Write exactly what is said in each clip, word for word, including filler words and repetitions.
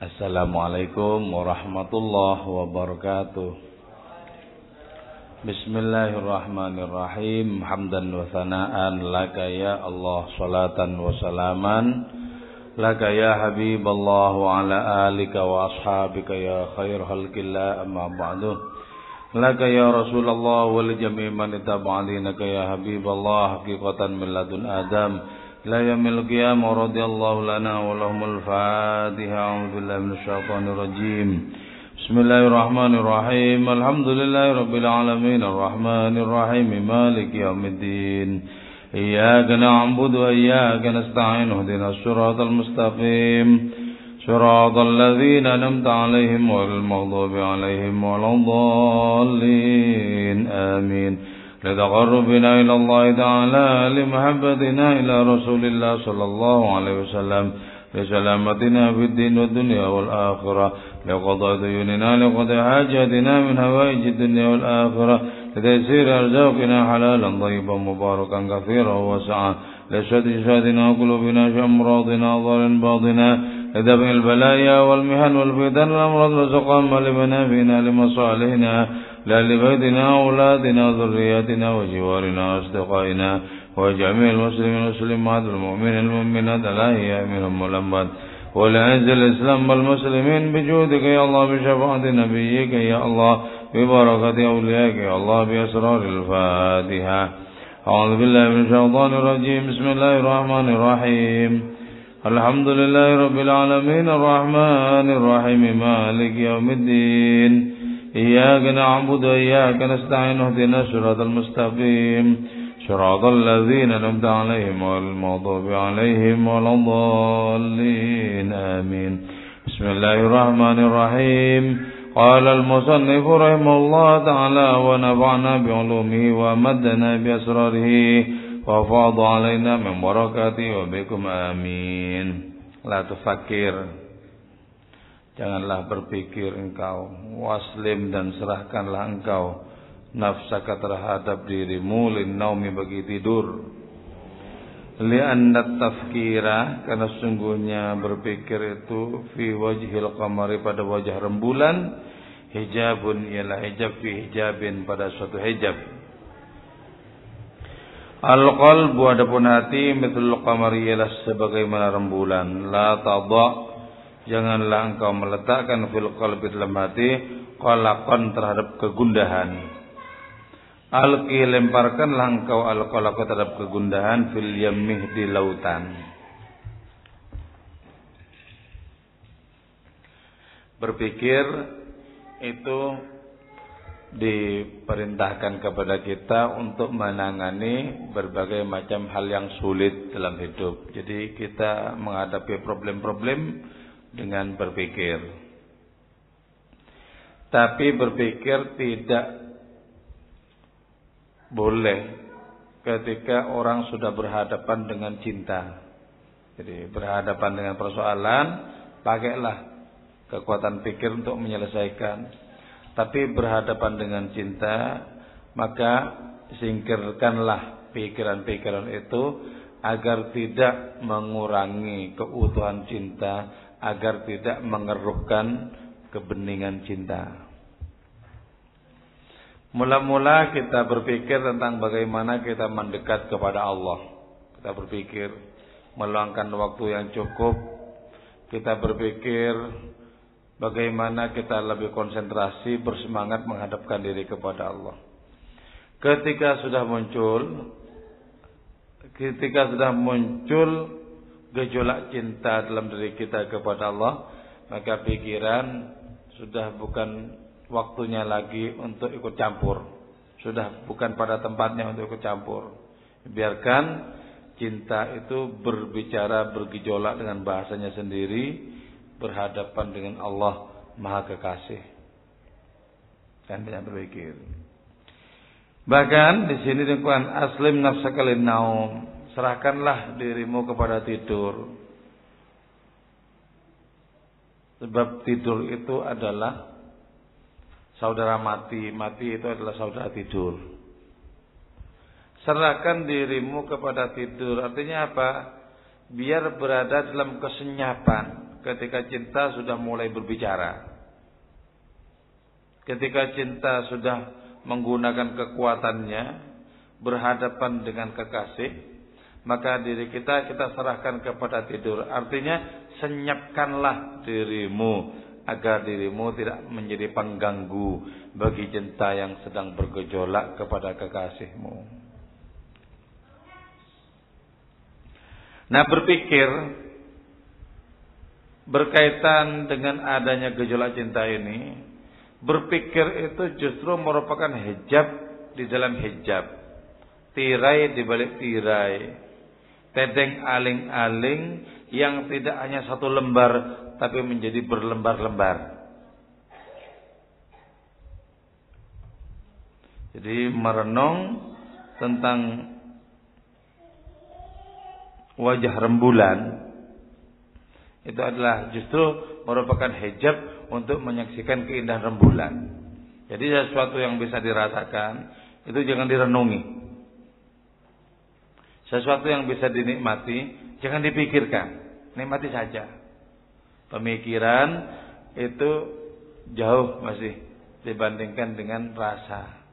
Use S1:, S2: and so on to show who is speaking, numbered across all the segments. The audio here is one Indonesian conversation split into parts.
S1: Assalamualaikum warahmatullahi wabarakatuh. Bismillahirrahmanirrahim. Hamdan wa thana'an laka ya Allah, salatan wa salaman laka ya habiballah wa ala alika wa ashabika ya khair khalqillah, amma ba'du. Laka ya Rasulullah wa li jami' man ittaba'alinaka ya habiballah haqiqatan min ladun Adam لا يوم القيامة رضي الله لنا ولهم الفاتحة. أعوذ بالله من الشيطان الرجيم. بسم الله الرحمن الرحيم. الحمد لله رب العالمين الرحمن الرحيم مالك يوم الدين. إياك نعبد وإياك نستعين اهدنا الصراط المستقيم صراط الذين أنعمت عليهم غير المغضوب عليهم ولا الضالين آمين. لتقربنا إلى الله تعالى لمحبتنا إلى رسول الله صلى الله عليه وسلم لسلامتنا في الدين والدنيا والآخرة لقضاء ديوننا لقضاء حاجاتنا من هوائج الدنيا والآخرة لتيسير أرزاقنا حلالا طيبا مباركا كثيرا واسعا لشد شهادنا وقلوبنا شمراضنا ظهر باطنا لدفع البلايا والمحن والفتن والأمراض والسقام لمنافعنا لمصالحنا لأهل بيتنا أولادنا ذرياتنا وجوارنا وأصدقائنا وجميع المسلمين والمسلمات والمؤمنين والمؤمنات الأحياء منهم والأموات ولأعز الإسلام والمسلمين بجودك يا الله بشفاعة نبيك يا الله ببركة أوليائك يا الله بأسرار الفاتحة. أعوذ بالله من الشيطان الرجيم. بسم الله الرحمن الرحيم. الحمد لله رب العالمين الرحمن الرحيم مالك يوم الدين. إياك نعبد وإياك نستعين اهدنا الصراط المستقيم صراط الذين أنعمت عليهم غير المغضوب عليهم ولا الضالين آمين. بسم الله الرحمن الرحيم. قال المصنف رحمه الله تعالى ونفعنا بعلومه ومدنا بأسراره وفاض علينا من بركاته وبكم آمين. لا تفكر, janganlah berpikir engkau, waslim dan serahkanlah engkau nafsaka terhadap dirimu, linnaumi bagi tidur, li'anna tafkira karena sungguhnya berpikir itu fi wajhil qamari pada wajah rembulan, hijabun ialah hijab fi hijabin pada suatu hijab. Al-qalbu adapun hati mithlul qamari ialah sebagaimana rembulan. La tadha, janganlah engkau meletakkan fil qalbi dalam hati qalaqan terhadap kegundahan. Alqi lemparkanlah engkau al-qalaq terhadap kegundahan fil yammih di lautan. Berpikir itu diperintahkan kepada kita untuk menangani berbagai macam hal yang sulit dalam hidup. Jadi kita menghadapi problem-problem dengan berpikir. Tapi berpikir tidak boleh ketika orang sudah berhadapan dengan cinta. Jadi berhadapan dengan persoalan, pakailah kekuatan pikir untuk menyelesaikan. Tapi berhadapan dengan cinta, maka singkirkanlah pikiran-pikiran itu agar tidak mengurangi keutuhan cinta, agar tidak mengeruhkan kebeningan cinta. Mula-mula kita berpikir tentang bagaimana kita mendekat kepada Allah. Kita berpikir meluangkan waktu yang cukup. Kita berpikir bagaimana kita lebih konsentrasi, bersemangat menghadapkan diri kepada Allah. Ketika sudah muncul, ketika sudah muncul gejolak cinta dalam diri kita kepada Allah, maka pikiran sudah bukan waktunya lagi untuk ikut campur, sudah bukan pada tempatnya untuk ikut campur. Biarkan cinta itu berbicara, bergejolak dengan bahasanya sendiri, berhadapan dengan Allah Maha Kekasih, dan tidak berpikir. Bahkan di sini dikatakan aslim nafsaka lin-naum, serahkanlah dirimu kepada tidur. Sebab tidur itu adalah saudara mati, mati itu adalah saudara tidur. Serahkan dirimu kepada tidur, artinya apa? Biar berada dalam kesenyapan, ketika cinta sudah mulai berbicara. Ketika cinta sudah menggunakan kekuatannya berhadapan dengan kekasih, maka diri kita kita serahkan kepada tidur. Artinya senyapkanlah dirimu agar dirimu tidak menjadi pengganggu bagi cinta yang sedang bergejolak kepada kekasihmu. Nah, berpikir berkaitan dengan adanya gejolak cinta ini, berpikir itu justru merupakan hijab di dalam hijab, tirai di balik tirai, tedeng aling-aling yang tidak hanya satu lembar tapi menjadi berlembar-lembar. Jadi merenung tentang wajah rembulan itu adalah justru merupakan hijab untuk menyaksikan keindahan rembulan. Jadi sesuatu yang bisa dirasakan itu jangan direnungi. Sesuatu yang bisa dinikmati jangan dipikirkan, nikmati saja. Pemikiran itu jauh masih dibandingkan dengan rasa.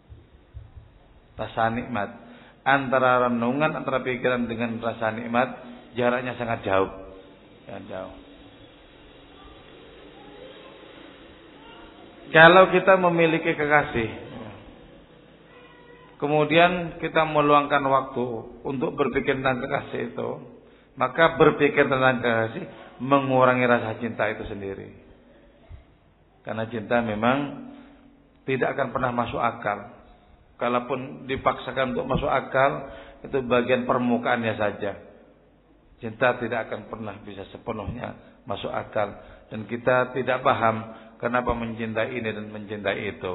S1: Rasa nikmat. Antara renungan, antara pikiran dengan rasa nikmat jaraknya sangat jauh. Sangat jauh. Kalau kita memiliki kekasih, kemudian kita meluangkan waktu untuk berpikir tentang kekasih itu, maka berpikir tentang kekasih mengurangi rasa cinta itu sendiri. Karena cinta memang tidak akan pernah masuk akal. Kalaupun dipaksakan untuk masuk akal, itu bagian permukaannya saja. Cinta tidak akan pernah bisa sepenuhnya masuk akal. Dan kita tidak paham kenapa mencintai ini dan mencintai itu.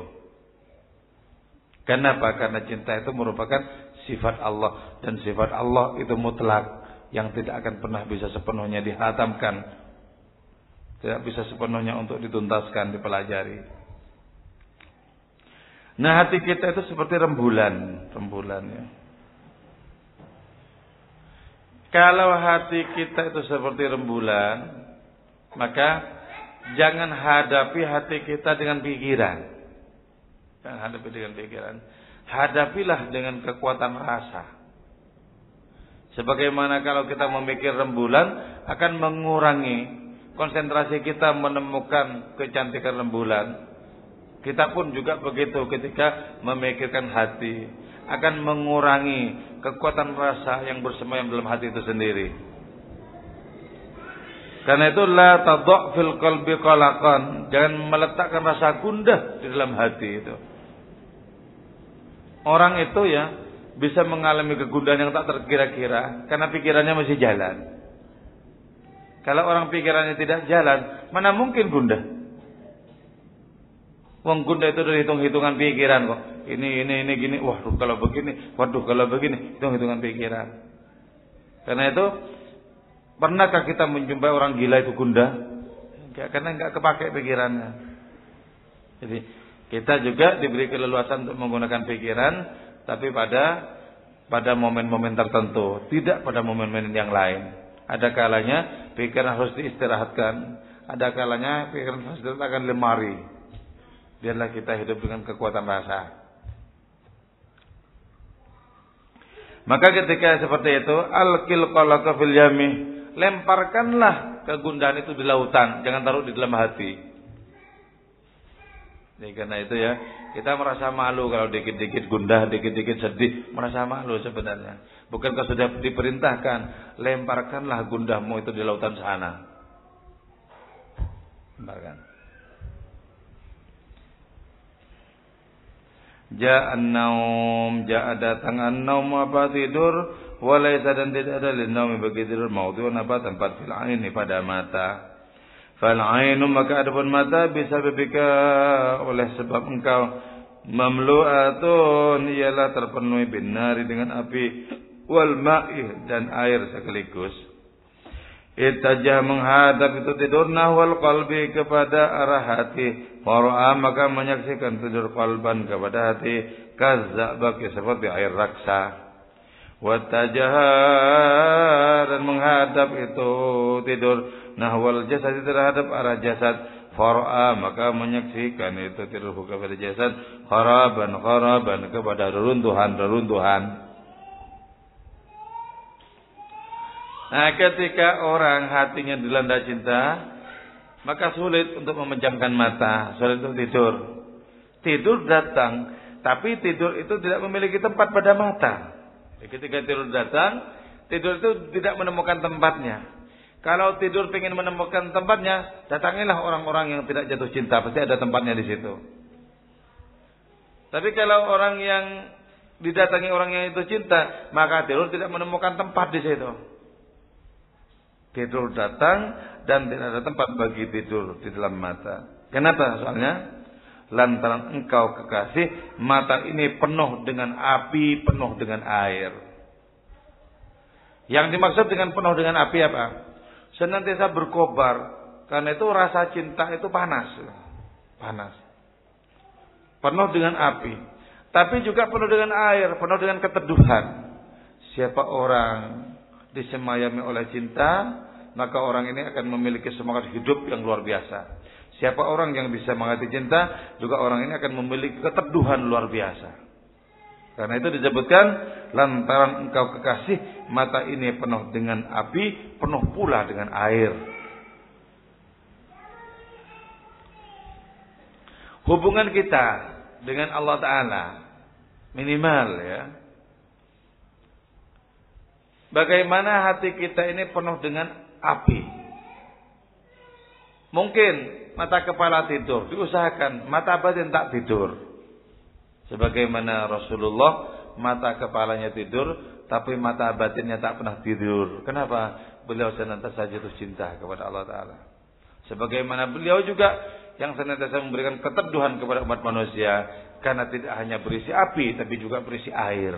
S1: Kenapa? Karena cinta itu merupakan sifat Allah. Dan sifat Allah itu mutlak, yang tidak akan pernah bisa sepenuhnya dihatamkan, tidak bisa sepenuhnya untuk dituntaskan, dipelajari. Nah, hati kita itu seperti rembulan, rembulan ya. Kalau hati kita itu seperti rembulan, maka jangan hadapi hati kita dengan pikiran. Jangan hadapi dengan pikiran. Hadapilah dengan kekuatan rasa. Sebagaimana kalau kita memikir rembulan akan mengurangi konsentrasi kita menemukan kecantikan rembulan. Kita pun juga begitu ketika memikirkan hati, akan mengurangi kekuatan rasa yang bersemayam dalam hati itu sendiri. Karena itu la tadha' fil qalbi qalaqan, jangan meletakkan rasa gundah di dalam hati itu. Orang itu ya bisa mengalami kegundahan yang tak terkira-kira karena pikirannya masih jalan. Kalau orang pikirannya tidak jalan, mana mungkin gundah? Wong gundah itu dari hitung-hitungan pikiran kok. Ini, ini, ini, gini. Waduh kalau begini. Waduh kalau begini. Hitung-hitungan pikiran. Karena itu, pernahkah kita menjumpai orang gila itu gundah? Enggak, karena enggak kepake pikirannya. Jadi, kita juga diberi keleluasan untuk menggunakan pikiran. Tapi pada pada momen-momen tertentu. Tidak pada momen-momen yang lain. Ada kalanya pikiran harus diistirahatkan. Ada kalanya pikiran harus diletakkan lemari. Biarlah kita hidup dengan kekuatan rasa. Maka ketika seperti itu, alqil qalaka fil yami, lemparkanlah kegundahan itu di lautan, jangan taruh di dalam hati. Jadi karena itu ya, kita merasa malu kalau dikit-dikit gundah, dikit-dikit sedih, merasa malu sebenarnya. Bukankah sudah diperintahkan, lemparkanlah gundahmu itu di lautan sana. Lemparkan. Ja'an naum, ja'a datang an-naum apa tidur, walaysa dan tidak ada lin-naum bagi tidur maudhu'un apa tempat fil aini pada mata. Fal ainu maka adapun mata bisa bebika oleh sebab engkau mamlu'atun ialah terpenuhi binari dengan api wal ma'i dan air sekaligus. Itajah menghadap itu tidur nahwal qalbi kepada arah hati. Fara'a maka menyaksikan tidur qalban kepada hati. Kazzabaki seperti air raksa. Watajah dan dan menghadap itu tidur nahwal jasad terhadap arah jasad, far'a maka menyaksikan itu tidur kepada jasad, kharaban kharaban kepada reruntuhan reruntuhan. Nah, ketika orang hatinya dilanda cinta, maka sulit untuk memejamkan mata, sulit untuk tidur. Tidur datang, tapi tidur itu tidak memiliki tempat pada mata. Ketika tidur datang, tidur itu tidak menemukan tempatnya. Kalau tidur ingin menemukan tempatnya, datangilah orang-orang yang tidak jatuh cinta, pasti ada tempatnya di situ. Tapi kalau orang yang didatangi orang yang itu cinta, maka tidur tidak menemukan tempat di situ. Tidur datang dan tidak ada tempat bagi tidur di dalam mata. Kenapa? Soalnya lantaran engkau kekasih, mata ini penuh dengan api, penuh dengan air. Yang dimaksud dengan penuh dengan api apa? Senantiasa berkobar. Karena itu rasa cinta itu panas. Panas. Penuh dengan api. Tapi juga penuh dengan air, penuh dengan keteduhan. Siapa orang disemayami oleh cinta, maka orang ini akan memiliki semangat hidup yang luar biasa. Siapa orang yang bisa mengerti cinta, juga orang ini akan memiliki keteduhan luar biasa. Karena itu disebutkan, lantaran engkau kekasih, mata ini penuh dengan api, penuh pula dengan air. Hubungan kita dengan Allah Ta'ala minimal ya. Bagaimana hati kita ini penuh dengan api. Mungkin mata kepala tidur, diusahakan mata batin tak tidur. Sebagaimana Rasulullah mata kepalanya tidur, tapi mata batinnya tak pernah tidur. Kenapa? Beliau senantiasa jatuh cinta kepada Allah Ta'ala. Sebagaimana beliau juga yang senantiasa memberikan keteduhan kepada umat manusia, karena tidak hanya berisi api, tapi juga berisi air.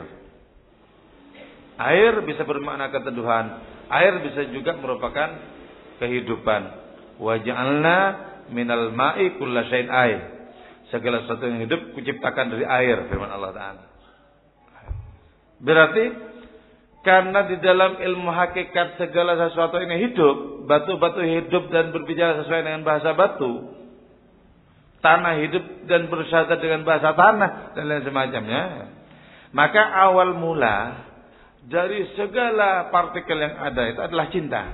S1: Air bisa bermakna keteduhan, air bisa juga merupakan kehidupan. Wa ja'alna minal ma'i kulla syai'in air. Segala sesuatu yang hidup kuciptakan dari air, firman Allah Ta'ala. Berarti karena di dalam ilmu hakikat segala sesuatu ini hidup, batu-batu hidup dan berbicara sesuai dengan bahasa batu, tanah hidup dan bersyahadat dengan bahasa tanah dan lain semacamnya. Maka awal mula dari segala partikel yang ada itu adalah cinta.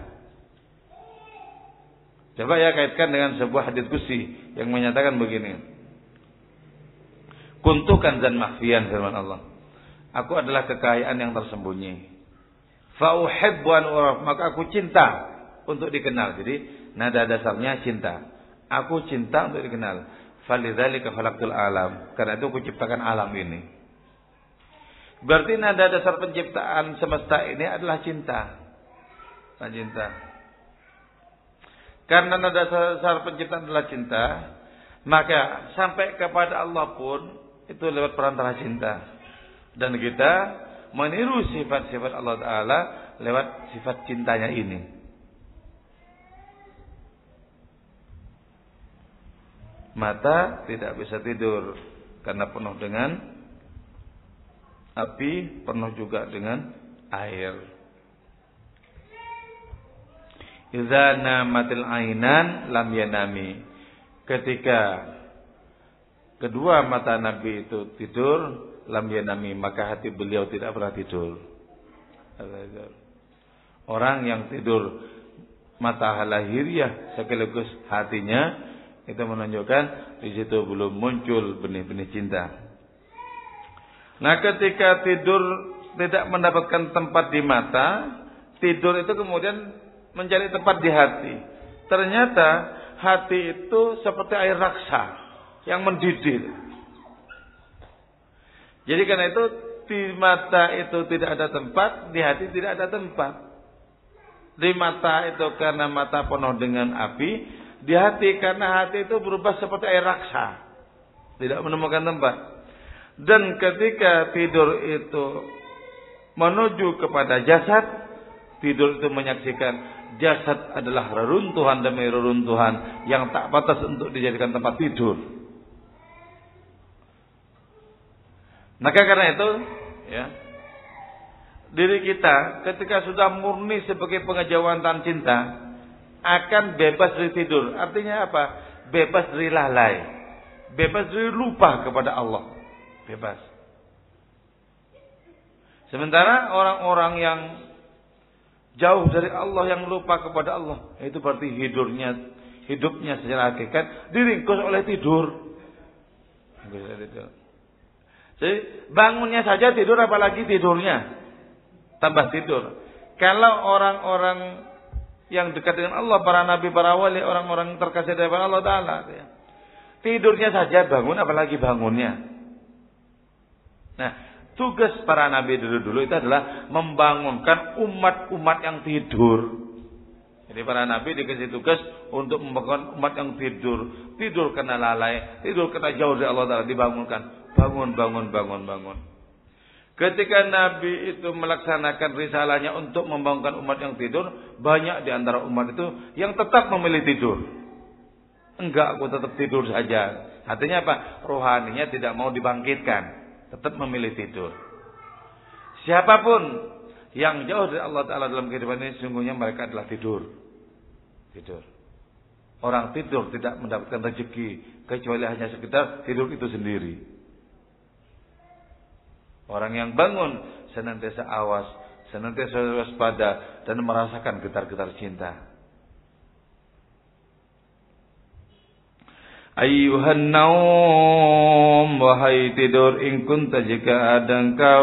S1: Coba ya kaitkan dengan sebuah hadits qudsi yang menyatakan begini. Kuntu kanzan makhfiyan, firman Allah. Aku adalah kekayaan yang tersembunyi. Fa uhibbu an uraf, maka aku cinta untuk dikenal. Jadi nada dasarnya cinta. Aku cinta untuk dikenal. Falidzalika khalaqtul alam. Karena itu aku ciptakan alam ini. Berarti nada dasar penciptaan semesta ini adalah cinta. Nah, cinta. Karena nada dasar penciptaan adalah cinta, maka sampai kepada Allah pun itu lewat perantara cinta. Dan kita meniru sifat-sifat Allah Ta'ala lewat sifat cintanya ini. Mata tidak bisa tidur karena penuh dengan api, penuh juga dengan air. Idza namatil ainan lam yanami. Ketika kedua mata Nabi itu tidur, lam yanami, maka hati beliau tidak pernah tidur. Orang yang tidur mata lahiriah sekaligus hatinya, itu menunjukkan di situ belum muncul benih-benih cinta. Nah, ketika tidur tidak mendapatkan tempat di mata, tidur itu kemudian mencari tempat di hati. Ternyata hati itu seperti air raksa yang mendidih. Jadi karena itu di mata itu tidak ada tempat, di hati tidak ada tempat. Di mata itu karena mata penuh dengan api, di hati karena hati itu berubah seperti air raksa, tidak menemukan tempat. Dan ketika tidur itu menuju kepada jasad, tidur itu menyaksikan jasad adalah reruntuhan demi reruntuhan yang tak pantas untuk dijadikan tempat tidur. Maka karena itu, ya, diri kita ketika sudah murni sebagai pengejauhan cinta akan bebas dari tidur. Artinya apa? Bebas dari lalai, bebas dari lupa kepada Allah, bebas. Sementara orang-orang yang jauh dari Allah, yang lupa kepada Allah, itu berarti hidupnya hidupnya secara hakikat diringkus oleh tidur. Jadi bangunnya saja tidur, apalagi tidurnya tambah tidur. Kalau orang-orang yang dekat dengan Allah, para nabi, para wali, orang-orang terkasih dari Allah Ta'ala, tidurnya saja bangun, apalagi bangunnya. Nah, tugas para nabi dulu-dulu itu adalah membangunkan umat-umat yang tidur. Jadi para nabi dikasih tugas untuk membangun umat yang tidur. Tidur kena lalai, tidur kena jauh dari Allah Ta'ala, dibangunkan. Bangun, bangun, bangun, bangun. Ketika Nabi itu melaksanakan risalahnya untuk membangunkan umat yang tidur, banyak di antara umat itu yang tetap memilih tidur. Enggak, aku tetap tidur saja. Artinya apa? Rohaninya tidak mau dibangkitkan, tetap memilih tidur. Siapapun yang jauh dari Allah Ta'ala dalam kehidupan ini, sungguhnya mereka adalah tidur. Tidur. Orang tidur tidak mendapatkan rezeki, kecuali hanya sekedar tidur itu sendiri. Orang yang bangun senantiasa awas, senantiasa waspada, dan merasakan getar-getar cinta. Ayyuhan naum, wahai tidur, in kunta, jika ada engkau,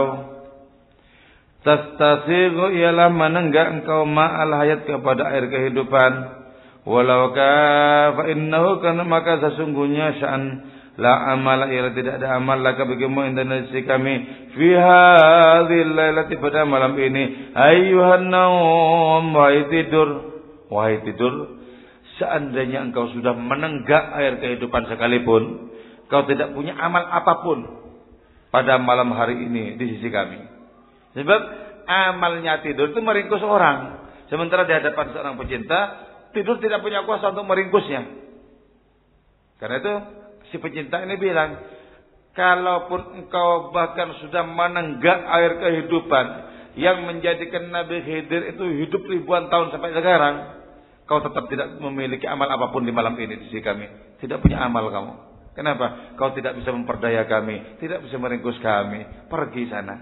S1: tastasighu, ialah menenggak engkau ma'al hayat, kepada air kehidupan. Walau ka fa innahu, karena maka sesungguhnya sya'an la amal, ialah tidak ada amal laka bagimu inda nasi kami fi hadhil lailati, pada malam ini. Ayyuhan naum, wahai tidur, wahai tidur, seandainya engkau sudah menenggak air kehidupan sekalipun, kau tidak punya amal apapun pada malam hari ini di sisi kami. Sebab amalnya tidur itu meringkus orang, sementara di hadapan seorang pecinta, tidur tidak punya kuasa untuk meringkusnya. Karena itu si pecinta ini bilang, kalaupun engkau bahkan sudah menenggak air kehidupan yang menjadikan Nabi Khidir itu hidup ribuan tahun sampai sekarang, kau tetap tidak memiliki amal apapun di malam ini di sisi kami. Tidak punya amal kamu. Kenapa? Kau tidak bisa memperdaya kami, tidak bisa meringkus kami. Pergi sana.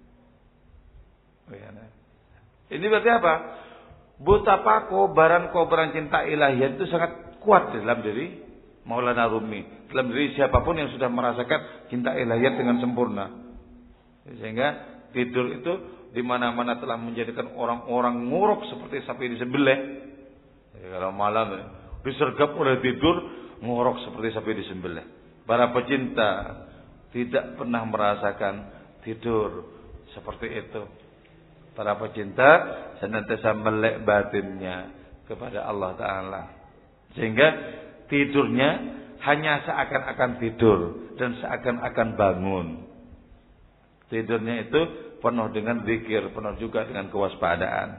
S1: Ini berarti apa? Betapa kobaran-kobaran cinta ilahiyah itu sangat kuat dalam diri Maulana Rumi, dalam diri siapapun yang sudah merasakan cinta ilahiyat dengan sempurna. Sehingga tidur itu di mana-mana telah menjadikan orang-orang nguruk seperti sapi disembelih. Jadi kalau malam disergap oleh tidur, nguruk seperti sapi disembelih. Para pecinta tidak pernah merasakan tidur seperti itu. Para pecinta senantiasa melek batinnya kepada Allah Ta'ala, sehingga tidurnya hanya seakan-akan tidur dan seakan-akan bangun. Tidurnya itu penuh dengan zikir, penuh juga dengan kewaspadaan.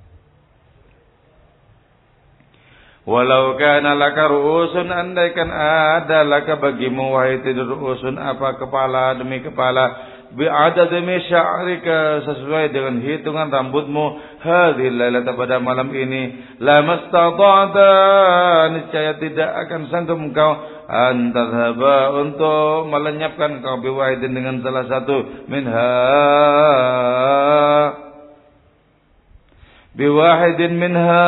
S1: Walau kana laka ru'usun, andaikan ada laka bagimu wahai tidur ru'usun, apa kepala demi kepala, bi'adadmi sya'rika, sesuai dengan hitungan rambutmu, hadhil lailata, pada malam ini, lamastada'ta, niscaya tidak akan sanggup engkau antadhaba, untuk melenyapkan engkau biwahidin, dengan salah satu minha, biwahidin minha,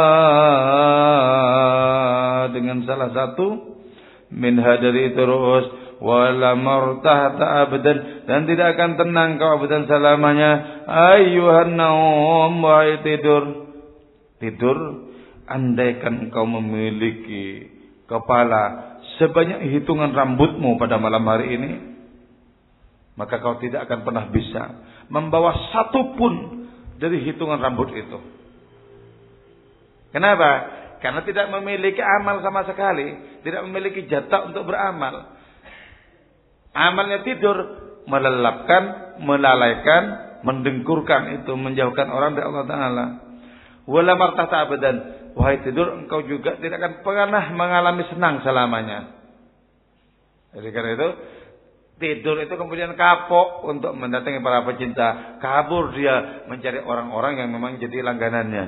S1: dengan salah satu minha dari itu ru'us, wala martahta abadan, dan tidak akan tenang kau abadan selamanya. Ayyuhan naum, wahai tidur, tidur, andaikan engkau memiliki kepala sebanyak hitungan rambutmu pada malam hari ini, maka kau tidak akan pernah bisa membawa satu pun dari hitungan rambut itu. Kenapa? Karena tidak memiliki amal sama sekali, tidak memiliki jatah untuk beramal. Amalnya tidur, melelapkan, melalaikan, mendengkurkan, itu menjauhkan orang dari Allah Ta'ala. Wala martahta abadan, wahai tidur, engkau juga tidak akan pernah mengalami senang selamanya. Jadi karena itu tidur itu kemudian kapok untuk mendatangi para pecinta. Kabur dia mencari orang-orang yang memang jadi langganannya.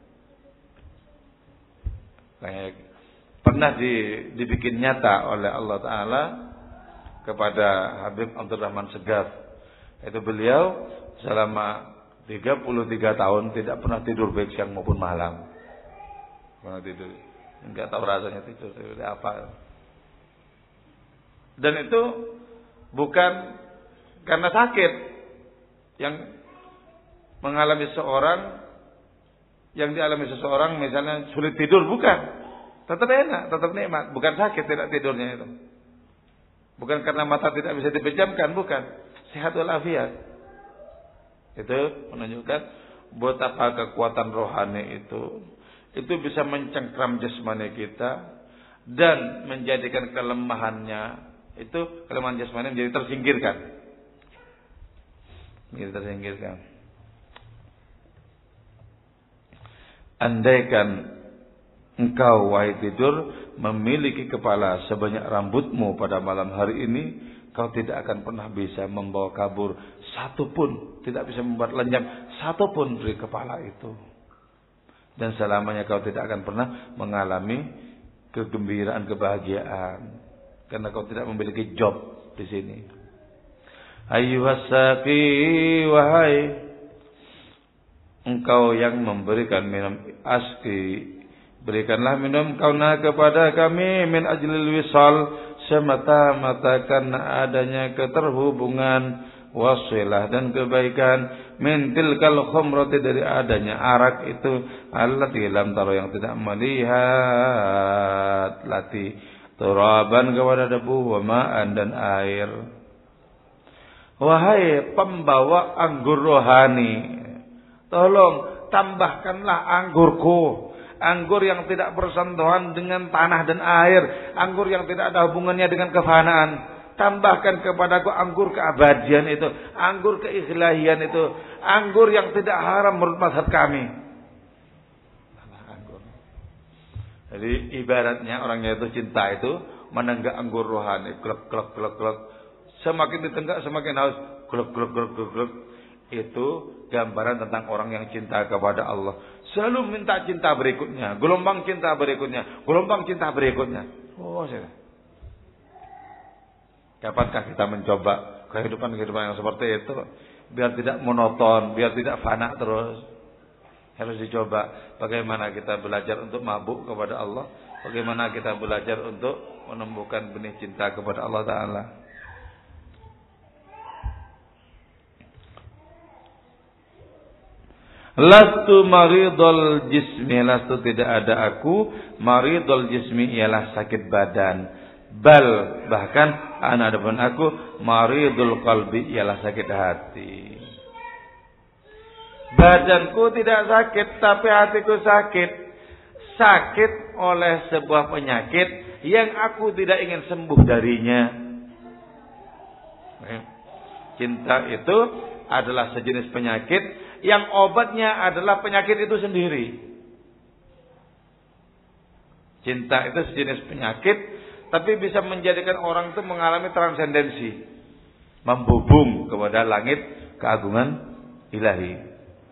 S1: Kayak pernah di, dibikin nyata oleh Allah Ta'ala kepada Habib Abdurrahman Segaf. Itu beliau selama tiga puluh tiga tahun tidak pernah tidur baik siang maupun malam. Pernah tidur. Enggak tahu rasanya tidur, tidur apa. Dan itu bukan karena sakit yang mengalami seorang, yang dialami seseorang misalnya sulit tidur, bukan. Tetap enak, tetap nikmat, bukan sakit tidak tidurnya itu. Bukan karena mata tidak bisa dipejamkan, bukan. Sehat walafiat. Itu menunjukkan betapa kekuatan rohani itu itu bisa mencengkram jasmani kita dan menjadikan kelemahannya itu kelemahan jasmani menjadi tersingkirkan. Menjadi tersingkirkan. Andaikan engkau wahai tidur memiliki kepala sebanyak rambutmu pada malam hari ini, kau tidak akan pernah bisa membawa kabur satu pun, tidak bisa membuat lenyap satu pun dari kepala itu. Dan selamanya kau tidak akan pernah mengalami kegembiraan, kebahagiaan. Karena kau tidak memiliki job di sini. Ayyuhas-saqi, wahai engkau yang memberikan minum aski, berikanlah minum kauna kepada kami min ajlil wisal, semata-mata karena adanya keterhubungan, wasilah dan kebaikan, min tilkal khumrati dari adanya arak itu, allati lam taro yang tidak melihat, lati turaban kepada debu, wa ma'an dan air. Wahai pembawa anggur rohani, tolong tambahkanlah anggurku, anggur yang tidak bersentuhan dengan tanah dan air, anggur yang tidak ada hubungannya dengan kefanaan. Tambahkan kepadaku anggur keabadian itu, anggur keilahian itu, anggur yang tidak haram menurut mazhab kami. Jadi ibaratnya orangnya itu cinta itu menenggak anggur rohani, glek glek glek glek. Semakin ditenggak semakin haus, glek glek glek glek glek. Itu gambaran tentang orang yang cinta kepada Allah. Selalu minta cinta berikutnya, gelombang cinta berikutnya, gelombang cinta berikutnya. Oh, saya. Kapankah kita mencoba kehidupan-kehidupan yang seperti itu biar tidak monoton, biar tidak fana terus? Harus dicoba bagaimana kita belajar untuk mabuk kepada Allah, bagaimana kita belajar untuk menumbuhkan benih cinta kepada Allah Ta'ala. Lastu maridul jismi, lastu tidak ada aku, maridul jismi ialah sakit badan. Bal bahkan ana adapun aku maridul qalbi ialah sakit hati. Badanku tidak sakit, tapi hatiku sakit. Sakit oleh sebuah penyakit yang aku tidak ingin sembuh darinya. Cinta itu adalah sejenis penyakit yang obatnya adalah penyakit itu sendiri. Cinta itu sejenis penyakit, tapi bisa menjadikan orang itu mengalami transendensi, membubung kepada langit keagungan ilahi.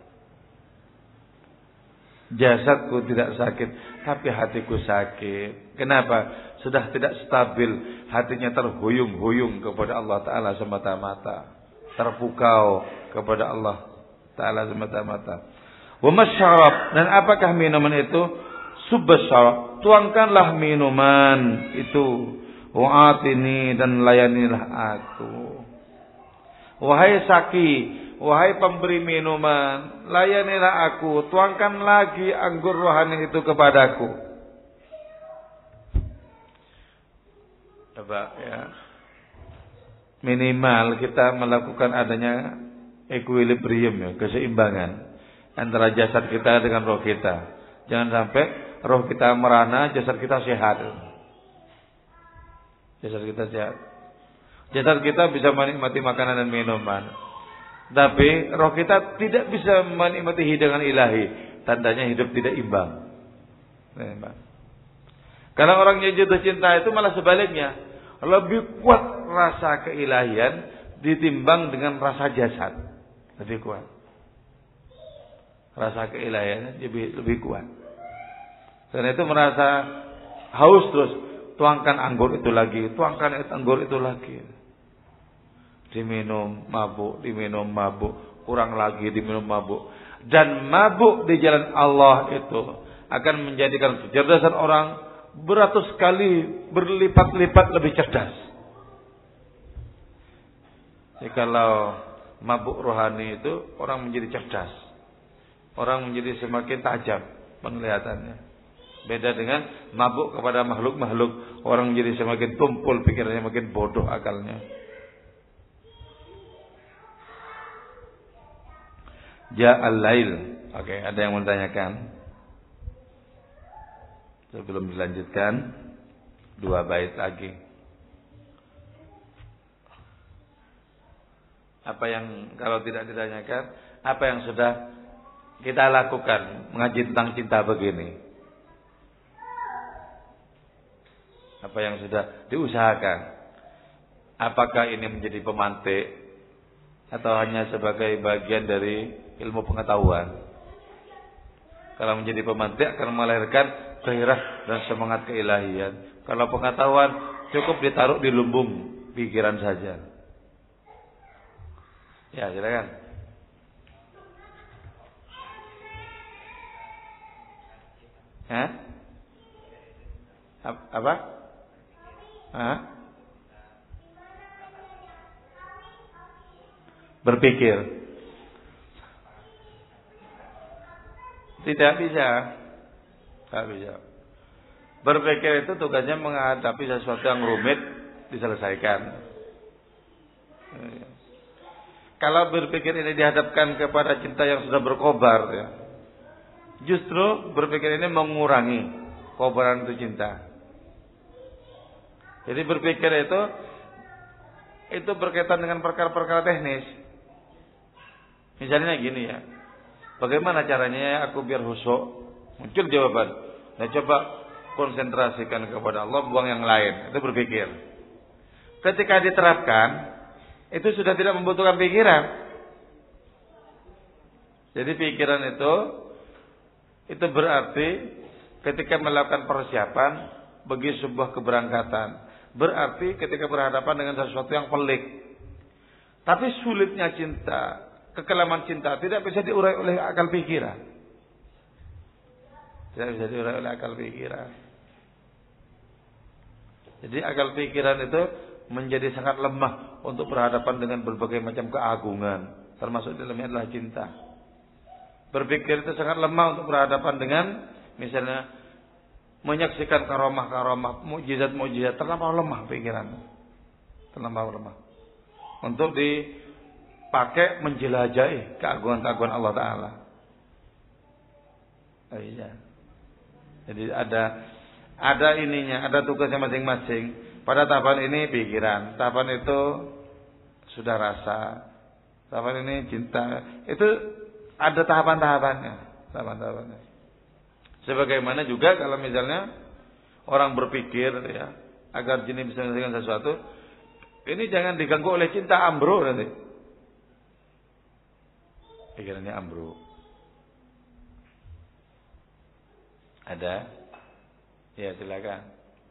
S1: Jasadku tidak sakit, tapi hatiku sakit. Kenapa? Sudah tidak stabil, hatinya terhuyung-huyung kepada Allah Ta'ala semata-mata, terpukau kepada Allah Ta'ala semata-mata. Wa masyarab, dan apakah minuman itu? Subasyarab, tuangkanlah minuman itu. Wa'atini, dan layanilah aku. Wahai saki, wahai pemberi minuman, layanilah aku, tuangkan lagi anggur rohani itu kepadaku. Coba ya, minimal kita melakukan adanya equilibrium ya, keseimbangan antara jasad kita dengan roh kita. Jangan sampai roh kita merana, jasad kita sehat. Jasad kita sehat. Jasad kita bisa menikmati makanan dan minuman, tapi roh kita tidak bisa menikmati hidangan ilahi. Tandanya hidup tidak imbang. Karena orang yang jatuh cinta itu malah sebaliknya, lebih kuat rasa keilahian ditimbang dengan rasa jasad. Lebih kuat. Rasa keilahian lebih, lebih kuat. Karena itu merasa haus terus. Tuangkan anggur itu lagi. Tuangkan anggur itu lagi. Diminum mabuk. Diminum mabuk. Kurang lagi diminum mabuk. Dan mabuk di jalan Allah itu akan menjadikan kecerdasan orang beratus kali berlipat-lipat lebih cerdas. Jadi kalau mabuk rohani itu orang menjadi cerdas. Orang menjadi semakin tajam penglihatannya. Beda dengan mabuk kepada makhluk-makhluk. Orang menjadi semakin tumpul pikirannya, makin bodoh akalnya. Ja'al lail. Oke, ada yang menanyakan? Sebelum dilanjutkan, dua bait lagi. Apa yang kalau tidak ditanyakan, apa yang sudah kita lakukan mengaji tentang cinta begini? Apa yang sudah diusahakan? Apakah ini menjadi pemantik atau hanya sebagai bagian dari ilmu pengetahuan? Kalau menjadi pemantik akan melahirkan gairah dan semangat keilahian. Kalau pengetahuan cukup ditaruh di lumbung pikiran saja. Ya, silakan. Hah? Apa? Hah? Berpikir. Tidak bisa. Tidak bisa. Berpikir itu tugasnya menghadapi sesuatu yang rumit diselesaikan. Kalau berpikir ini dihadapkan kepada cinta yang sudah berkobar, ya, justru berpikir ini mengurangi kobaran itu cinta. Jadi berpikir itu itu berkaitan dengan perkara-perkara teknis. Misalnya gini ya, bagaimana caranya aku biar khusyuk? Muncul jawaban. Nah, coba konsentrasikan kepada Allah, buang yang lain. Itu berpikir. Ketika diterapkan, itu sudah tidak membutuhkan pikiran. Jadi pikiran itu itu berarti ketika melakukan persiapan bagi sebuah keberangkatan, berarti ketika berhadapan dengan sesuatu yang pelik. Tapi sulitnya cinta, kekelaman cinta tidak bisa diurai oleh akal pikiran. Tidak bisa diurai oleh akal pikiran. Jadi akal pikiran itu menjadi sangat lemah untuk berhadapan dengan berbagai macam keagungan, termasuk dalamnya adalah cinta. Berpikir itu sangat lemah untuk berhadapan dengan misalnya menyaksikan karomah-karomah, mukjizat-mukjizat, terlampau lemah pikiran. Terlampau lemah untuk dipakai menjelajahi keagungan-keagungan Allah Ta'ala. Oh, iya. Jadi ada ada ininya, ada tugasnya masing-masing. Pada tahapan ini pikiran, tahapan itu sudah rasa, tahapan ini cinta. Itu ada tahapan-tahapannya, tahapan-tahapannya. Sebagaimana juga kalau misalnya orang berpikir ya agar jenis bisa menyelesaikan sesuatu, ini jangan diganggu oleh cinta, ambruk nanti. Pikirannya ambruk. Ada? Ya, silakan.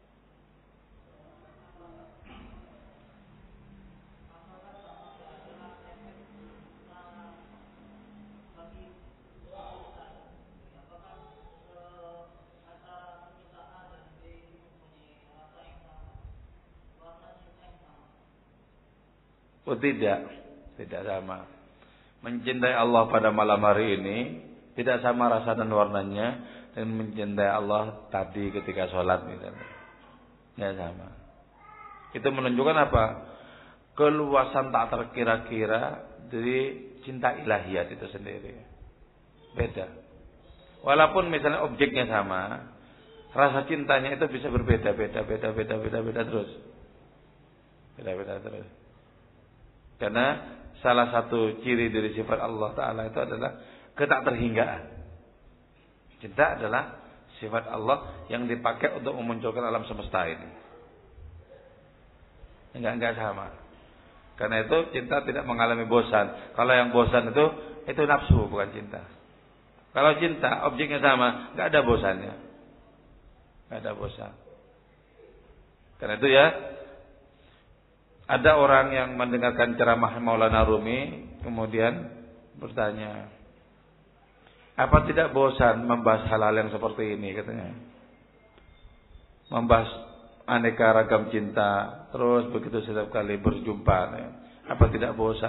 S1: Oh tidak, tidak sama. Mencintai Allah pada malam hari ini tidak sama rasa dan warnanya dan mencintai Allah tadi ketika sholat misalnya. Tidak sama. Itu menunjukkan apa? Keluasan tak terkira-kira dari cinta ilahiyat itu sendiri. Beda. Walaupun misalnya objeknya sama, rasa cintanya itu bisa berbeda-beda, beda-beda, beda-beda terus. Beda-beda terus. Karena salah satu ciri dari sifat Allah Ta'ala itu adalah ketak terhinggaan. Cinta adalah sifat Allah yang dipakai untuk memunculkan alam semesta ini. Enggak enggak sama. Karena itu cinta tidak mengalami bosan. Kalau yang bosan itu itu nafsu, bukan cinta. Kalau cinta objeknya sama, enggak ada bosannya. Enggak ada bosan. Karena itu ya, ada orang yang mendengarkan ceramah Maulana Rumi kemudian bertanya, apa tidak bosan membahas hal-hal yang seperti ini, katanya. Membahas aneka ragam cinta, terus begitu setiap kali berjumpa, ya. Apa tidak bosan?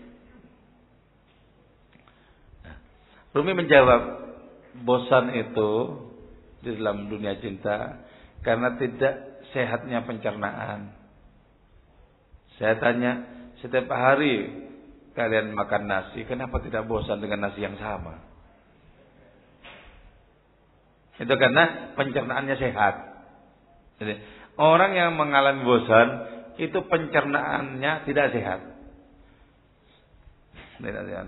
S1: Rumi menjawab, bosan itu di dalam dunia cinta karena tidak sehatnya pencernaan. Saya tanya, setiap hari kalian makan nasi, kenapa tidak bosan dengan nasi yang sama? Itu karena pencernaannya sehat. Jadi, orang yang mengalami bosan itu pencernaannya tidak sehat. Tidak sehat.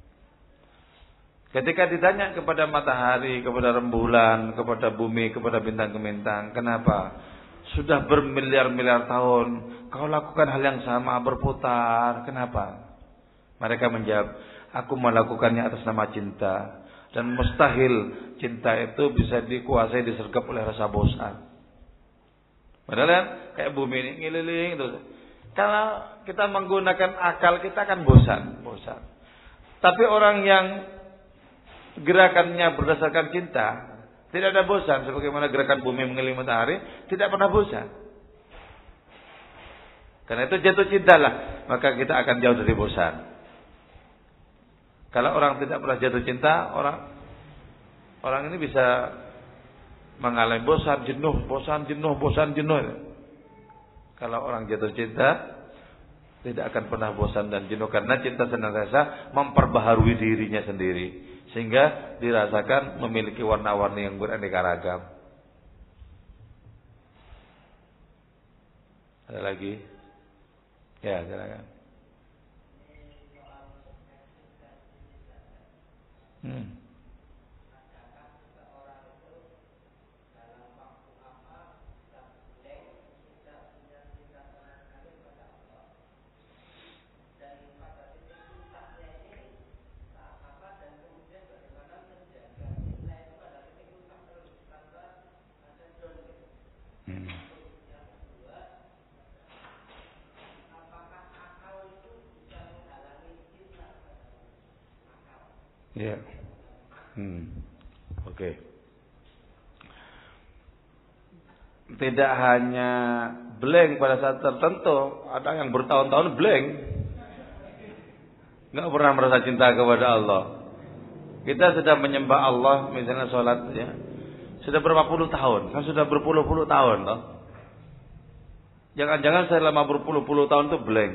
S1: Ketika ditanya kepada matahari, kepada rembulan, kepada bumi, kepada bintang-bintang, kenapa? Sudah bermiliar-miliar tahun kau lakukan hal yang sama, berputar, kenapa? Mereka menjawab, aku melakukannya atas nama cinta. Dan mustahil cinta itu bisa dikuasai, disergap oleh rasa bosan. Padahal kan kayak bumi ini ngeliling itu. Kalau kita menggunakan akal kita akan bosan, bosan. Tapi orang yang gerakannya berdasarkan cinta tidak ada bosan, sebagaimana gerakan bumi mengelilingi matahari tidak pernah bosan. Karena itu jatuh cintalah, maka kita akan jauh dari bosan. Kalau orang tidak pernah jatuh cinta, orang orang ini bisa mengalami bosan, jenuh, bosan, jenuh, bosan, jenuh. Kalau orang jatuh cinta tidak akan pernah bosan dan jenuh, karena cinta senantiasa memperbaharui dirinya sendiri sehingga dirasakan memiliki warna-warni yang beraneka ragam. Ada lagi? Ya, silakan. Hmm. Ya. Hmm. Oke. Okay. Tidak hanya blank pada saat tertentu, ada yang bertahun-tahun blank. Enggak pernah merasa cinta kepada Allah. Kita sudah menyembah Allah, misalnya sholat ya. Sudah berapa puluh tahun, kan sudah berpuluh-puluh tahun loh. Jangan-jangan selama berpuluh-puluh tahun itu blank.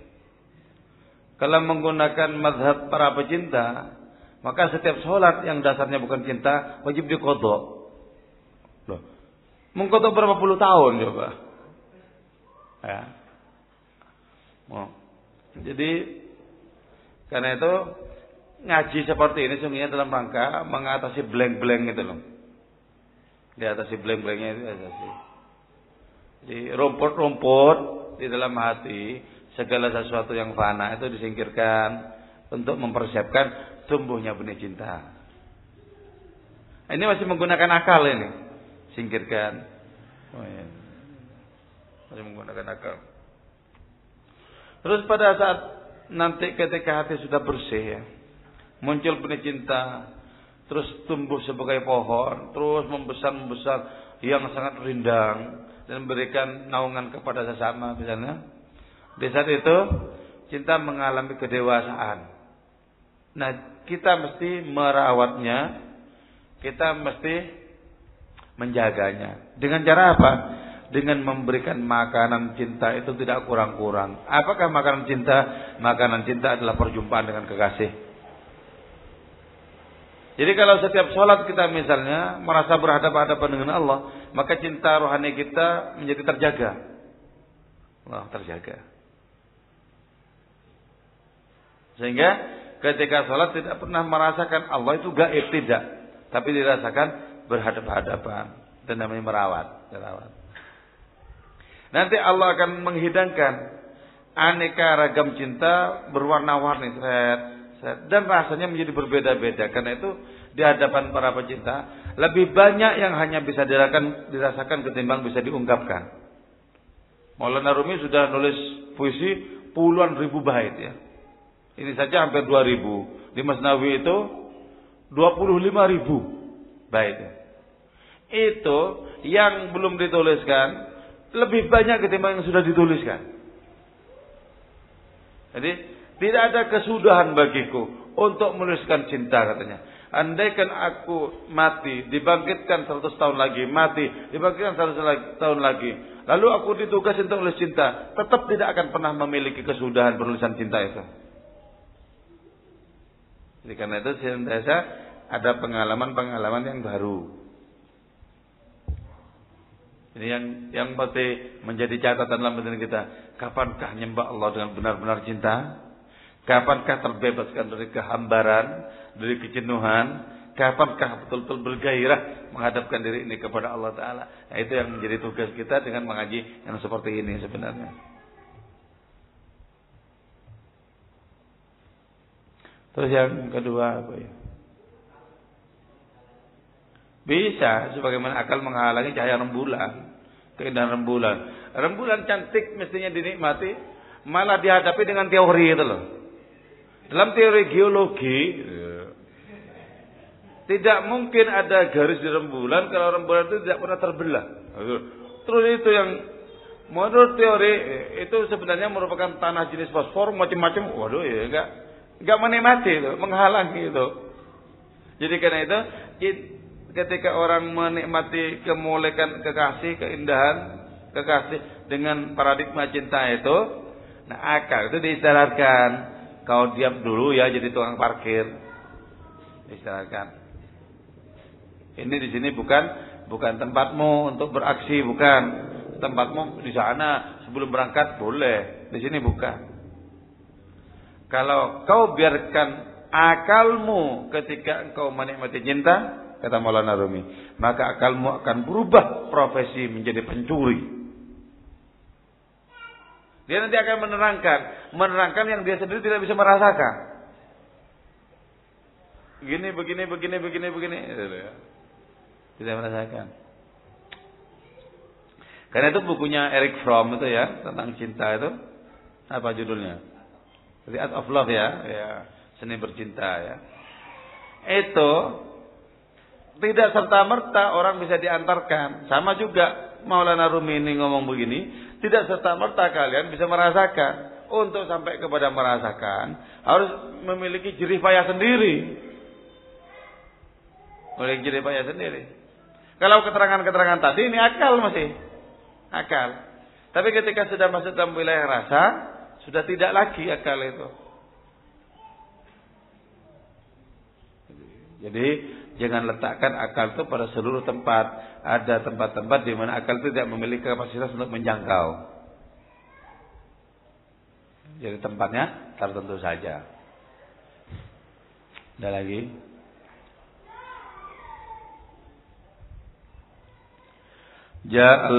S1: Kalau menggunakan mazhab para pecinta, maka setiap sholat yang dasarnya bukan cinta wajib diqadha. Loh, mengqadha berapa puluh tahun coba? Ya. Oh. Jadi karena itu ngaji seperti ini sungguhnya dalam rangka mengatasi blank-blank itu loh. Diatasi blank-blanknya itu atasi. Jadi rumput-rumput di dalam hati, segala sesuatu yang fana itu disingkirkan untuk mempersiapkan tumbuhnya benih cinta. Ini masih menggunakan akal ini. Singkirkan. Oh, ya. Masih menggunakan akal. Terus pada saat nanti ketika hati sudah bersih ya, muncul benih cinta, terus tumbuh sebagai pohon, terus membesar-membesar yang sangat rindang dan memberikan naungan kepada sesama misalnya. Di saat itu cinta mengalami kedewasaan. Nah, kita mesti merawatnya, kita mesti menjaganya. Dengan cara apa? Dengan memberikan makanan cinta itu tidak kurang-kurang. Apakah makanan cinta? Makanan cinta adalah perjumpaan dengan kekasih. Jadi kalau setiap sholat kita misalnya merasa berhadapan-hadapan dengan Allah, maka cinta rohani kita menjadi terjaga. Allah terjaga. Sehingga ketika sholat tidak pernah merasakan Allah itu gaib, tidak, tapi dirasakan berhadapan-hadapan. Itu namanya merawat, merawat.
S2: Nanti Allah akan menghidangkan aneka ragam cinta berwarna-warni, seret, seret, dan rasanya menjadi berbeda-beda. Karena itu di hadapan para pecinta lebih banyak yang hanya bisa dirasakan, dirasakan ketimbang bisa diungkapkan. Maulana Rumi sudah nulis puisi puluhan ribu bait ya. Ini saja hampir dua ribu. Di Masnawi itu dua puluh lima ribu bait. Itu yang belum dituliskan lebih banyak ketimbang yang sudah dituliskan. Jadi tidak ada kesudahan bagiku untuk menuliskan cinta katanya. Andaikan aku mati, dibangkitkan seratus tahun lagi, mati, dibangkitkan seratus tahun lagi, lalu aku ditugas untuk menulis cinta, tetap tidak akan pernah memiliki kesudahan penulisan cinta itu. Jadi karena itu senantiasa ada pengalaman-pengalaman yang baru. Ini yang yang pasti menjadi catatan dalam batin kita. Kapankah nyembah Allah dengan benar-benar cinta? Kapankah terbebaskan dari kehambaran, dari kejenuhan? Kapankah betul-betul bergairah menghadapkan diri ini kepada Allah Ta'ala? Nah, itu yang menjadi tugas kita dengan mengaji yang seperti ini sebenarnya. Terus yang kedua apa ya? Bisa, sebagaimana akal menghalangi cahaya rembulan, keindahan rembulan. Rembulan cantik mestinya dinikmati, malah dihadapi dengan teori itu loh. Dalam teori geologi, tidak mungkin ada garis di rembulan kalau rembulan itu tidak pernah terbelah. Terus itu yang menurut teori itu sebenarnya merupakan tanah jenis fosfor macam-macam. Waduh ya enggak enggak menikmati itu, menghalangi itu. Jadi karena itu ketika orang menikmati kemolekan kekasih, keindahan kekasih dengan paradigma cinta itu, nah akal itu diisyaratkan, kau diam dulu ya jadi tukang parkir. Diisyaratkan. Ini di sini bukan bukan tempatmu untuk beraksi, bukan. Tempatmu di sana sebelum berangkat boleh, di sini bukan. Kalau kau biarkan akalmu ketika engkau menikmati cinta, kata Maulana Rumi, maka akalmu akan berubah profesi menjadi pencuri. Dia nanti akan menerangkan, menerangkan yang dia sendiri tidak bisa merasakan. Begini, begini, begini, begini, begini, tidak merasakan. Karena itu bukunya Erich Fromm itu ya tentang cinta itu apa judulnya? The Art of Love ya, ya seni bercinta ya. Itu tidak serta-merta orang bisa diantarkan. Sama juga Maulana Rumi ini ngomong begini, tidak serta-merta kalian bisa merasakan. Untuk sampai kepada merasakan, harus memiliki jerih payah sendiri. Memiliki jerih payah sendiri. Kalau keterangan-keterangan tadi ini akal masih. Akal. Tapi ketika sudah masuk dalam wilayah rasa, sudah tidak lagi akal itu. Jadi jangan letakkan akal itu pada seluruh tempat. Ada tempat-tempat di mana akal itu tidak memiliki kapasitas untuk menjangkau. Jadi tempatnya tertentu saja. Ada lagi? Ja'al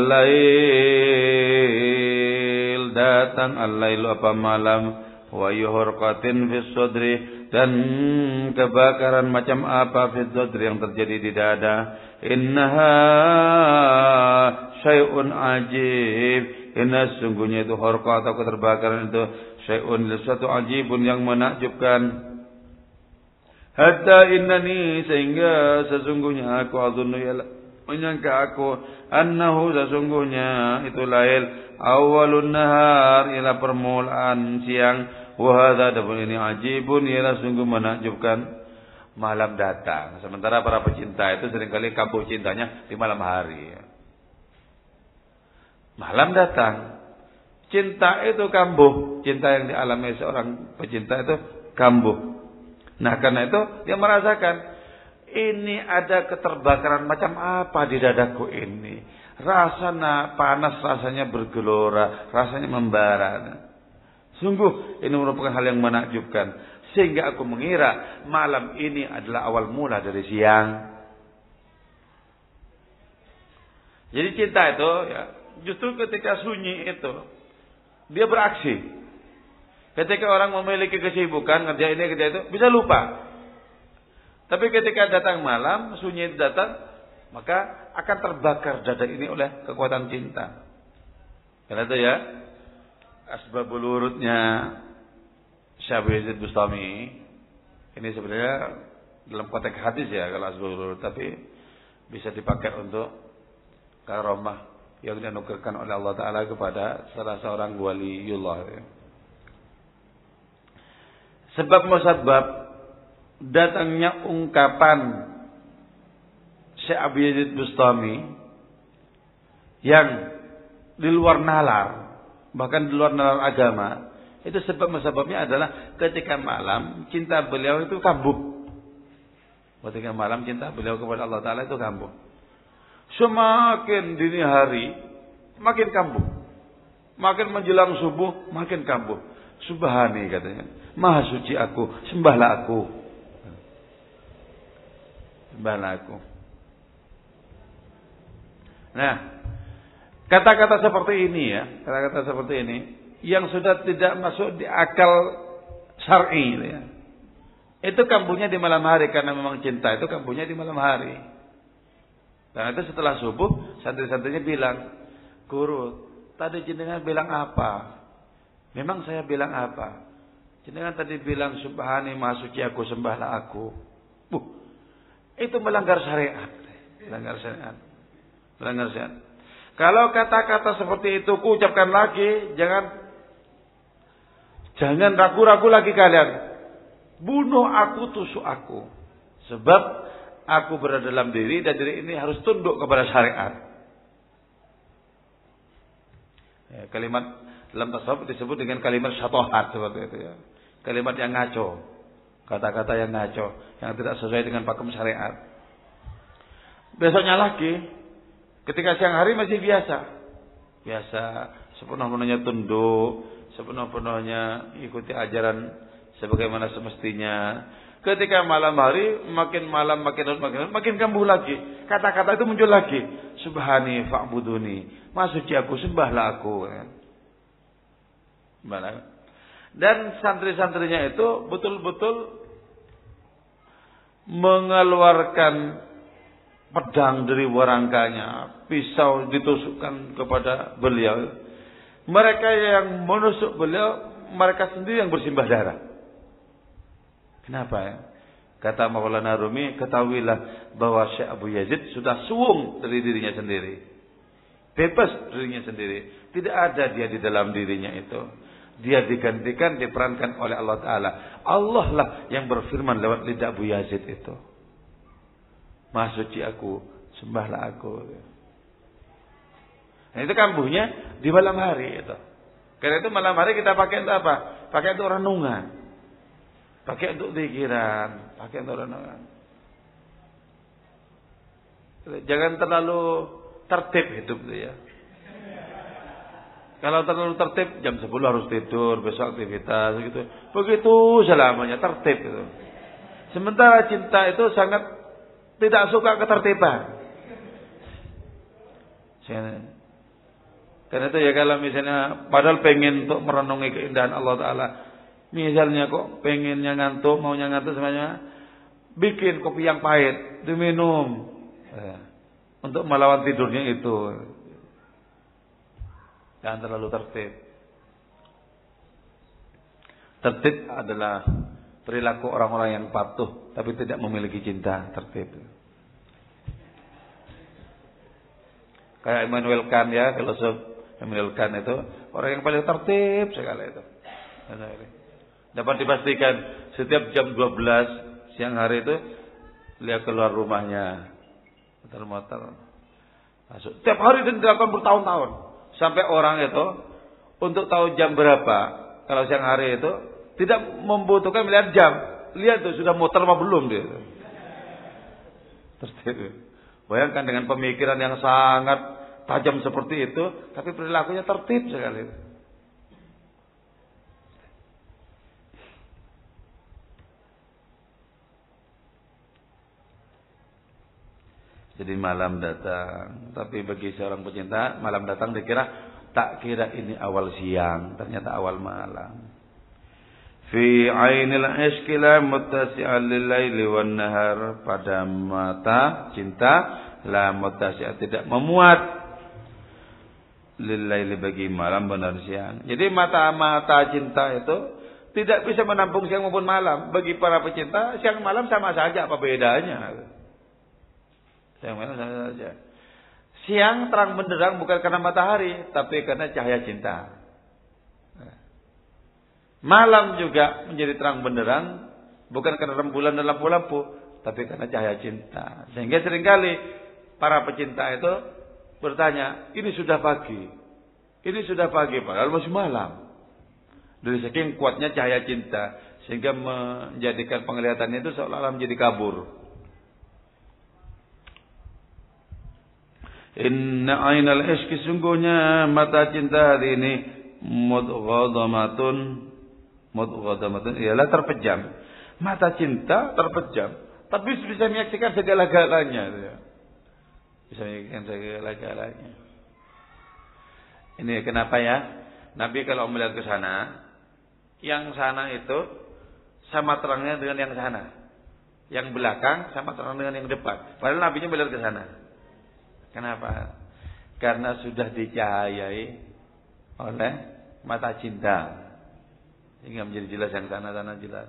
S2: lail, datang al-lailu apa malam, wa yuhurqatin fis sudri, dan kebakaran macam apa fis sudri yang terjadi di dada. Innaha syai'un ajib, inna sungguhnya itu hurqa atau keterbakaran itu syai'un, sesuatu ajibun yang menakjubkan. Hatta innani, sehingga sesungguhnya aku azunnu ya, menyangka aku annahu, sesungguhnya itu lail awalun nahar, ialah permulaan siang, wa hadza, dan ini ajibun, ialah sungguh menakjubkan. Malam datang, sementara para pecinta itu seringkali kambuh cintanya di malam hari. Malam datang, cinta itu kambuh, cinta yang dialami seorang pecinta itu kambuh. Nah karena itu dia merasakan, ini ada keterbakaran macam apa di dadaku ini. Rasanya panas, rasanya bergelora, rasanya membara. Sungguh ini merupakan hal yang menakjubkan. Sehingga aku mengira malam ini adalah awal mula dari siang. Jadi cinta itu ya justru ketika sunyi itu dia beraksi. Ketika orang memiliki kesibukan ngerjain ini kerja itu bisa lupa. Tapi ketika datang malam, sunyi itu datang, maka akan terbakar dada ini oleh kekuatan cinta. Karena itu ya, asbabul wurudnya Syekh Abu Yazid Bustami ini sebenarnya dalam konteks hadis ya kalau asbabul wurud, tapi bisa dipakai untuk karomah yang dianugerahkan oleh Allah Ta'ala kepada salah seorang waliullah. Sebab musabab datangnya ungkapan Syekh Abu Yazid Bustami yang di luar nalar, bahkan di luar nalar agama, itu sebab musababnya adalah ketika malam cinta beliau itu kambuh. Ketika malam cinta beliau kepada Allah Ta'ala itu kambuh. Semakin dini hari makin kambuh, makin menjelang subuh makin kambuh. Subhani katanya, Maha suci aku, sembahlah aku, sembahlah aku. Nah, kata-kata seperti ini ya, kata-kata seperti ini yang sudah tidak masuk di akal syar'i ya. Itu kambuhnya di malam hari karena memang cinta itu kambuhnya di malam hari. Dan itu setelah subuh santri-santrinya bilang, "Guru, tadi jenengan bilang apa?" "Memang saya bilang apa? Jenengan tadi bilang subhani maha suci aku, sembahlah aku." Buh, itu melanggar syariat. Melanggar syariat. Melanggar syariat. Kalau kata-kata seperti itu kuucapkan lagi, jangan jangan ragu-ragu lagi kalian. Bunuh aku, tusuk aku. Sebab aku berada dalam diri dan diri ini harus tunduk kepada syariat. Ya, kalimat dalam tasawuf disebut dengan kalimat syatohat seperti itu ya. Kalimat yang ngaco, kata-kata yang ngaco, yang tidak sesuai dengan pakem syariat. Besoknya lagi, ketika siang hari masih biasa, biasa sepenuh-penuhnya tunduk, sepenuh-penuhnya ikuti ajaran sebagaimana semestinya. Ketika malam hari makin malam makin makin makin kambuh lagi. Kata-kata itu muncul lagi. Subhani fa'buduni. Maha suci aku, sembahlah aku. Dan santri-santrinya itu betul-betul mengeluarkan pedang dari warangkanya, pisau ditusukkan kepada beliau. Mereka yang menusuk beliau, mereka sendiri yang bersimbah darah. Kenapa ya? Kata Maulana Rumi, ketahuilah bahwa Syekh Abu Yazid sudah suwung dari dirinya sendiri. Bebas dirinya sendiri. Tidak ada dia di dalam dirinya itu. Dia digantikan, diperankan oleh Allah Ta'ala. Allah lah yang berfirman lewat lidah Abu Yazid itu. Maha suci aku, sembahlah aku. Nah itu kambuhnya di malam hari itu. Karena itu malam hari kita pakai untuk apa? Pakai untuk renungan. Pakai untuk zikiran, pakai untuk renungan. Jangan terlalu tertib hidup itu ya. Kalau terlalu tertib, jam sepuluh harus tidur, besok aktivitas gitu. Begitu selamanya tertib itu. Sementara cinta itu sangat tidak suka ketertiban. Karena itu ya kalau misalnya padahal pengen untuk merenungi keindahan Allah Ta'ala, misalnya kok pengennya ngantuk, maunya ngantuk semuanya, bikin kopi yang pahit, diminum ya, untuk melawan tidurnya itu. Jangan terlalu tertib. Tertib adalah perilaku orang-orang yang patuh tapi tidak memiliki cinta. Tertib. Kayak Immanuel Kant ya, filosof Immanuel Kant itu orang yang paling tertib sekali itu. Dapat dipastikan setiap jam dua belas siang hari itu dia keluar rumahnya, motor-motor masuk. Setiap hari dan dilakukan bertahun-tahun. Sampai orang itu untuk tahu jam berapa kalau siang hari itu tidak membutuhkan melihat jam. Lihat tuh sudah muter apa belum dia. Tertib. Bayangkan dengan pemikiran yang sangat tajam seperti itu, tapi perilakunya tertib sekali. Jadi malam datang. Tapi bagi seorang pecinta, malam datang dikira, tak kira ini awal siang, ternyata awal malam. Fi ainil ishqi la muttasi'an lil laili wan nahar, pada mata cinta la muttasi'an, tidak memuat lil laili, bagi malam benar siang. Jadi mata-mata cinta itu tidak bisa menampung siang maupun malam. Bagi para pecinta, siang malam sama saja, apa bedanya? Siang malam sama saja. Siang terang benderang bukan karena matahari, tapi karena cahaya cinta. Malam juga menjadi terang benderang bukan karena rembulan dan lampu-lampu, tapi karena cahaya cinta. Sehingga seringkali para pecinta itu bertanya, ini sudah pagi, ini sudah pagi, padahal masih malam. Dari saking kuatnya cahaya cinta, sehingga menjadikan penglihatannya itu seolah-olah menjadi kabur. Inna ainal ishqi, sungguhnya mata cinta hari ini mudghadamatun, mudghadamatun ialah terpejam. Mata cinta terpejam, tapi bisa menyaksikan segala-galanya. Bisa menyaksikan segala-galanya. Ini kenapa ya? Nabi kalau melihat ke sana, yang sana itu sama terangnya dengan yang sana, yang belakang sama terang dengan yang depan. Padahal Nabinya melihat ke sana. Kenapa? Karena sudah dicahayai oleh mata cinta, sehingga menjadi jelas yang sana-sana jelas.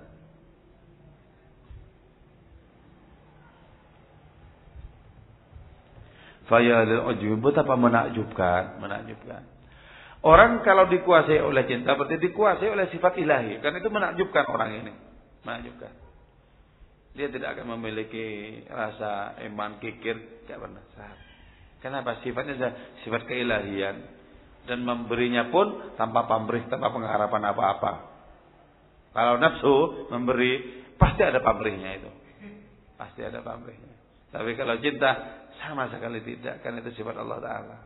S2: Fayalil ujub, betapa menakjubkan, menakjubkan. Orang kalau dikuasai oleh cinta berarti dikuasai oleh sifat ilahi. Karena itu menakjubkan orang ini. Menakjubkan. Dia tidak akan memiliki rasa iman, kikir, tidak pernah. Kenapa? Sifatnya sifat keilahian. Dan memberinya pun tanpa pamrih, tanpa pengharapan apa-apa. Kalau nafsu memberi, pasti ada pamrihnya itu. Pasti ada pamrihnya. Tapi kalau cinta, sama sekali tidak. Karena itu sifat Allah Ta'ala.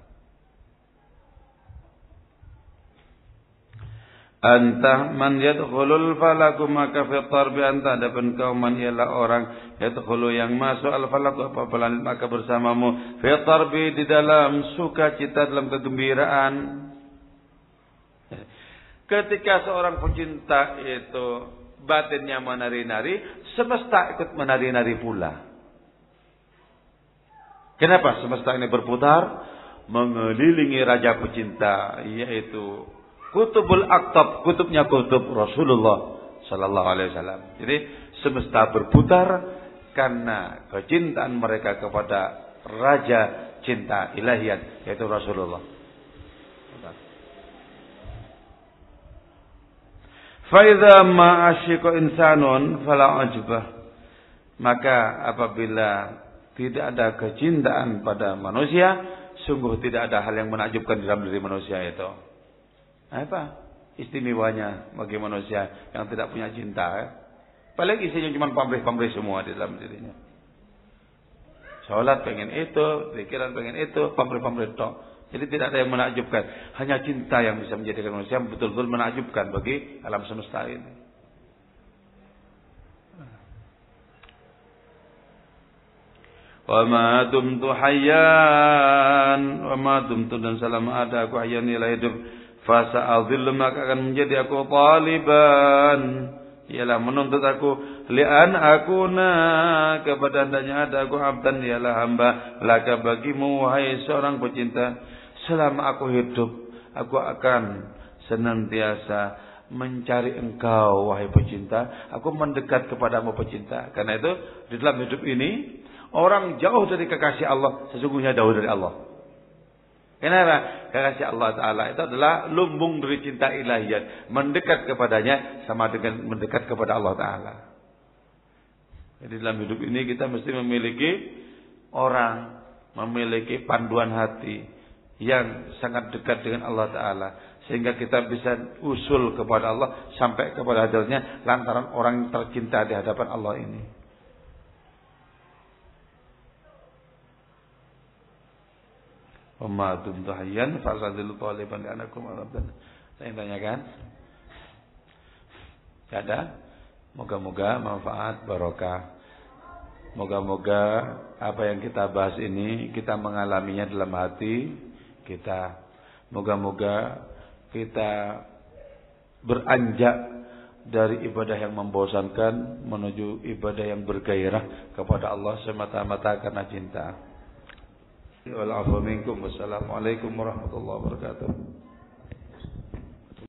S2: Anta man yadkhulul falaku, maka fi tarbi anta, adapun kau man ialah orang yadkhulu yang masuk al falaku apa planet maka bersamamu fi tarbi, di dalam sukacita, dalam kegembiraan. Ketika seorang pecinta itu batinnya menari-nari, semesta ikut menari-nari pula. Kenapa? Semesta ini berputar mengelilingi raja pecinta, yaitu Kutubul Aktab, kutubnya kutub Rasulullah Sallallahu Alaihi Wasallam. Jadi semesta berputar karena kecintaan mereka kepada raja cinta ilahian, yaitu Rasulullah. Faidha ma'asyiqa insanun fala ajbah, maka apabila tidak ada kecintaan pada manusia, sungguh tidak ada hal yang menakjubkan di dalam diri manusia itu. Apa istimewanya bagi manusia yang tidak punya cinta? Eh? Paling isinya cuma pamrih-pamrih semua di dalam dirinya. Sholat pengen itu, pikiran pengen itu, pamrih-pamrih tok. Jadi tidak ada yang menakjubkan. Hanya cinta yang bisa menjadikan manusia betul-betul menakjubkan bagi alam semesta ini. Wa ma dumtu hayyan, wa ma dumtu, dan selama ada aku hayyan ila hidup, fasa'adhillu, maka akan menjadi aku taliban, ialah menuntut aku, li'an akuna, kepada hendaknya ada aku abdan, ialah hamba, laka bagimu wahai seorang pecinta. Selama aku hidup, aku akan senantiasa mencari engkau wahai pecinta, aku mendekat kepadamu pecinta. Karena itu di dalam hidup ini, orang jauh dari kekasih Allah sesungguhnya jauh dari Allah. Kenapa? Kekasih Allah Ta'ala itu adalah lumbung dari cinta ilahiyat. Mendekat kepadanya sama dengan mendekat kepada Allah Ta'ala. Jadi dalam hidup ini kita mesti memiliki orang, memiliki panduan hati yang sangat dekat dengan Allah Ta'ala. Sehingga kita bisa usul kepada Allah sampai kepada hadirnya lantaran orang yang tercinta di hadapan Allah ini. Umma dumtu hayyan fa'adil taliban li'anakum abdan. Saya tanyakan. Tidak ada? Moga-moga manfaat barokah.
S1: Moga-moga apa yang kita bahas ini kita mengalaminya dalam hati kita. Moga-moga kita beranjak dari ibadah yang membosankan menuju ibadah yang bergairah kepada Allah semata-mata karena cinta. Wassalamualaikum warahmatullahi wabarakatuh.